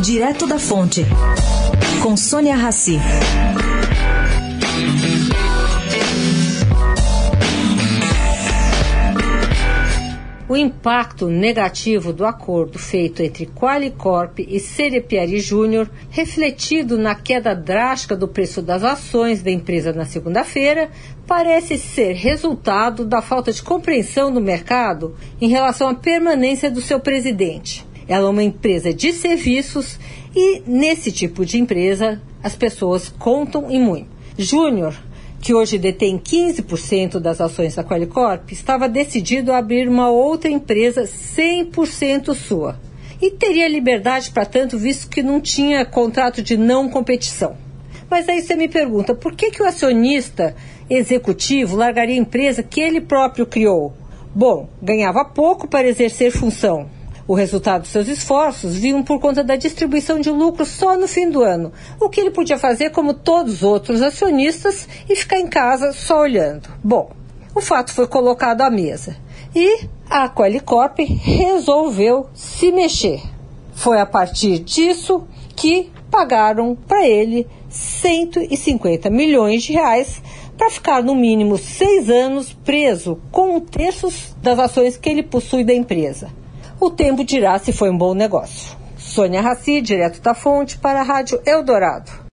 Direto da Fonte, com Sônia Rassi. O impacto negativo do acordo feito entre Qualicorp e Seripieri Júnior, refletido na queda drástica do preço das ações da empresa na segunda-feira, parece ser resultado da falta de compreensão do mercado em relação à permanência do seu presidente. Ela é uma empresa de serviços e, nesse tipo de empresa, as pessoas contam e muito. Júnior, que hoje detém 15% das ações da Qualicorp, estava decidido a abrir uma outra empresa 100% sua. E teria liberdade para tanto, visto que não tinha contrato de não competição. Mas aí você me pergunta, por que o acionista executivo largaria a empresa que ele próprio criou? Bom, ganhava pouco para exercer função. O resultado dos seus esforços vinham por conta da distribuição de lucro só no fim do ano, o que ele podia fazer como todos os outros acionistas e ficar em casa só olhando. Bom, o fato foi colocado à mesa e a Qualicorp resolveu se mexer. Foi a partir disso que pagaram para ele 150 milhões de reais para ficar no mínimo 6 anos preso com 1/3 das ações que ele possui da empresa. O tempo dirá se foi um bom negócio. Sônia Rassi, direto da Fonte, para a Rádio Eldorado.